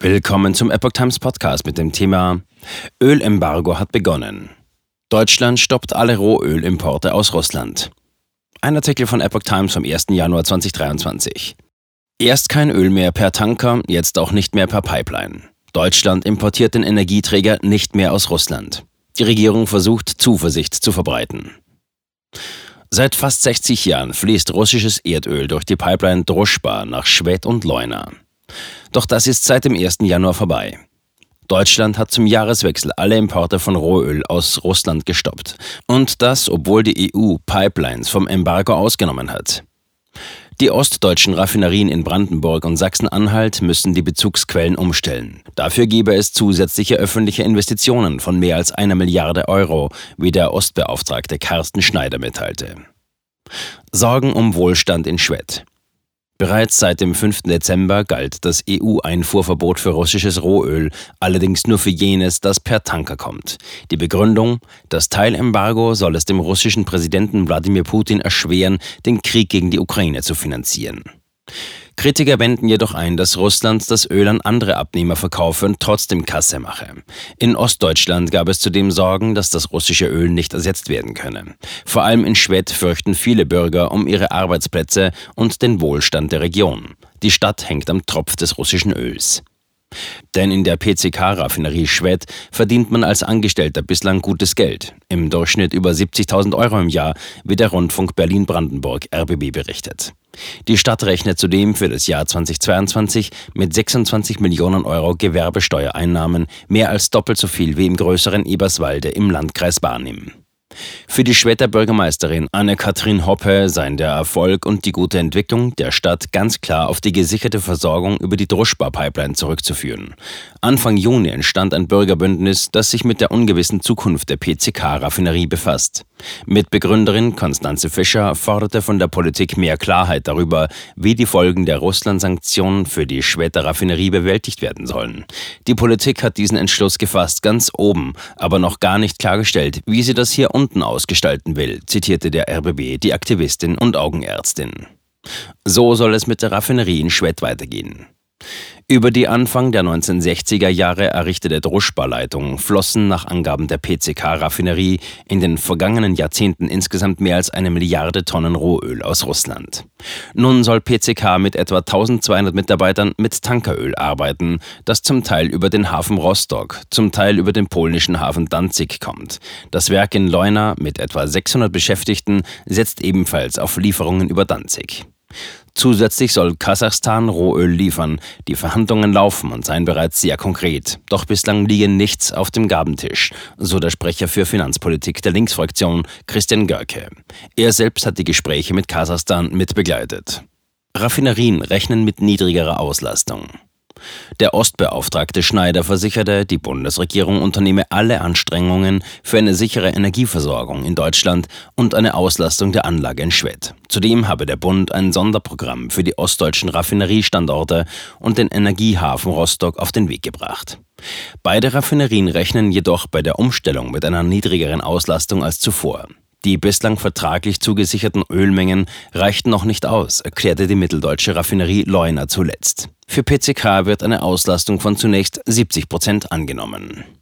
Willkommen zum Epoch Times Podcast mit dem Thema Ölembargo hat begonnen. Deutschland stoppt alle Rohölimporte aus Russland. Ein Artikel von Epoch Times vom 1. Januar 2023. Erst kein Öl mehr per Tanker, jetzt auch nicht mehr per Pipeline. Deutschland importiert den Energieträger nicht mehr aus Russland. Die Regierung versucht, Zuversicht zu verbreiten. Seit fast 60 Jahren fließt russisches Erdöl durch die Pipeline Druschba nach Schwedt und Leuna. Doch das ist seit dem 1. Januar vorbei. Deutschland hat zum Jahreswechsel alle Importe von Rohöl aus Russland gestoppt. Und das, obwohl die EU Pipelines vom Embargo ausgenommen hat. Die ostdeutschen Raffinerien in Brandenburg und Sachsen-Anhalt müssen die Bezugsquellen umstellen. Dafür gebe es zusätzliche öffentliche Investitionen von mehr als 1 Milliarde Euro, wie der Ostbeauftragte Carsten Schneider mitteilte. Sorgen um Wohlstand in Schwedt. Bereits seit dem 5. Dezember galt das EU-Einfuhrverbot für russisches Rohöl, allerdings nur für jenes, das per Tanker kommt. Die Begründung: Das Teilembargo soll es dem russischen Präsidenten Wladimir Putin erschweren, den Krieg gegen die Ukraine zu finanzieren. Kritiker wenden jedoch ein, dass Russland das Öl an andere Abnehmer verkaufe und trotzdem Kasse mache. In Ostdeutschland gab es zudem Sorgen, dass das russische Öl nicht ersetzt werden könne. Vor allem in Schwedt fürchten viele Bürger um ihre Arbeitsplätze und den Wohlstand der Region. Die Stadt hängt am Tropf des russischen Öls. Denn in der PCK-Raffinerie Schwedt verdient man als Angestellter bislang gutes Geld. Im Durchschnitt über 70.000 Euro im Jahr, wie der Rundfunk Berlin-Brandenburg RBB berichtet. Die Stadt rechnet zudem für das Jahr 2022 mit 26 Millionen Euro Gewerbesteuereinnahmen, mehr als doppelt so viel wie im größeren Eberswalde im Landkreis Barnim. Für die Schwedter Bürgermeisterin Anne-Kathrin Hoppe seien der Erfolg und die gute Entwicklung der Stadt ganz klar auf die gesicherte Versorgung über die Druschba-Pipeline zurückzuführen. Anfang Juni entstand ein Bürgerbündnis, das sich mit der ungewissen Zukunft der PCK-Raffinerie befasst. Mitbegründerin Constanze Fischer forderte von der Politik mehr Klarheit darüber, wie die Folgen der Russland-Sanktionen für die Schwedter Raffinerie bewältigt werden sollen. Die Politik hat diesen Entschluss gefasst, ganz oben, aber noch gar nicht klargestellt, wie sie das hier unten ausgestalten will, zitierte der RBB die Aktivistin und Augenärztin. So soll es mit der Raffinerie in Schwedt weitergehen. Über die Anfang der 1960er Jahre errichtete Druschba-Leitung flossen nach Angaben der PCK-Raffinerie in den vergangenen Jahrzehnten insgesamt mehr als 1 Milliarde Tonnen Rohöl aus Russland. Nun soll PCK mit etwa 1200 Mitarbeitern mit Tankeröl arbeiten, das zum Teil über den Hafen Rostock, zum Teil über den polnischen Hafen Danzig kommt. Das Werk in Leuna mit etwa 600 Beschäftigten setzt ebenfalls auf Lieferungen über Danzig. Zusätzlich soll Kasachstan Rohöl liefern. Die Verhandlungen laufen und seien bereits sehr konkret. Doch bislang liege nichts auf dem Gabentisch, so der Sprecher für Finanzpolitik der Linksfraktion Christian Görke. Er selbst hat die Gespräche mit Kasachstan mitbegleitet. Raffinerien rechnen mit niedrigerer Auslastung. Der Ostbeauftragte Schneider versicherte, die Bundesregierung unternehme alle Anstrengungen für eine sichere Energieversorgung in Deutschland und eine Auslastung der Anlage in Schwedt. Zudem habe der Bund ein Sonderprogramm für die ostdeutschen Raffineriestandorte und den Energiehafen Rostock auf den Weg gebracht. Beide Raffinerien rechnen jedoch bei der Umstellung mit einer niedrigeren Auslastung als zuvor. Die bislang vertraglich zugesicherten Ölmengen reichten noch nicht aus, erklärte die mitteldeutsche Raffinerie Leuna zuletzt. Für PCK wird eine Auslastung von zunächst 70% angenommen.